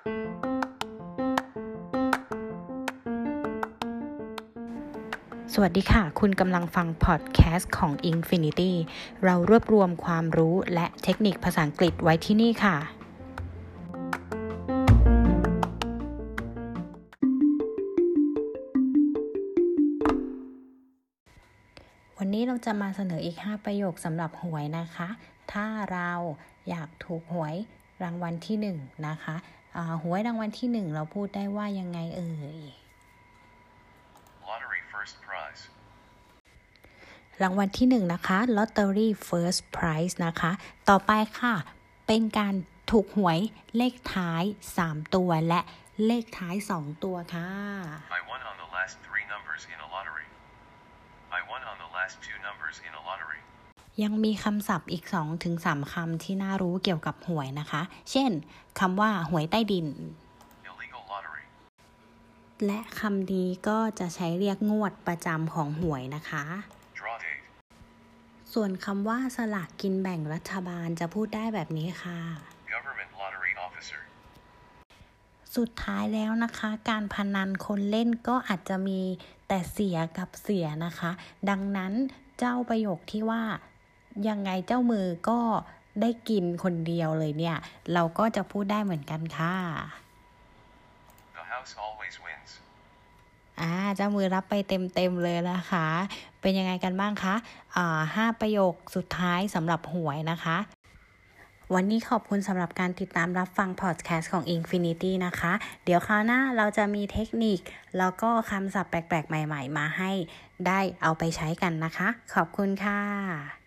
สวัสดีค่ะคุณกำลังฟังพอดแคสต์ของ Infinity เรารวบรวมความรู้และเทคนิคภาษาอังกฤษไว้ที่นี่ค่ะวันนี้เราจะมาเสนออีก5ประโยคสำหรับหวยนะคะถ้าเราอยากถูกหวยรางวัลที่1นะคะหวยรางวัลที่1เราพูดได้ว่ายังไงเอ่ย Lottery first prize รางวัลที่1นะคะ Lottery first prize นะคะต่อไปค่ะเป็นการถูกหวยเลขท้าย3ตัวและเลขท้าย2ตัวค่ะ I won on the last 3 numbers in a lottery. I won on the last 2 numbers in a lottery. ยังมีคำศัพท์อีก 2-3 คำที่น่ารู้เกี่ยวกับหวยนะคะเช่นคำว่าหวยใต้ดิน Illegal lottery. และคำนี้ก็จะใช้เรียกงวดประจำของหวยนะคะ Draw date. ส่วนคำว่าสลากกินแบ่งรัฐบาลจะพูดได้แบบนี้ค่ะ Government lottery officer. สุดท้ายแล้วนะคะการพนันคนเล่นก็อาจจะมีแต่เสียกับเสียนะคะดังนั้นเจ้าประโยคที่ว่ายังไงเจ้ามือก็ได้กินคนเดียวเลยเนี่ยเราก็จะพูดได้เหมือนกันค่ะ The house always wins. เจ้ามือรับไปเต็มเลยนะคะเป็นยังไงกันบ้างคะ5ประโยคสุดท้ายสำหรับหวยนะคะวันนี้ขอบคุณสำหรับการติดตามรับฟังพอดแคสต์ของ Infinity นะคะเดี๋ยวคราวหน้าเราจะมีเทคนิคแล้วก็คำศัพท์แปลกๆใหม่ๆมาให้ได้เอาไปใช้กันนะคะขอบคุณค่ะ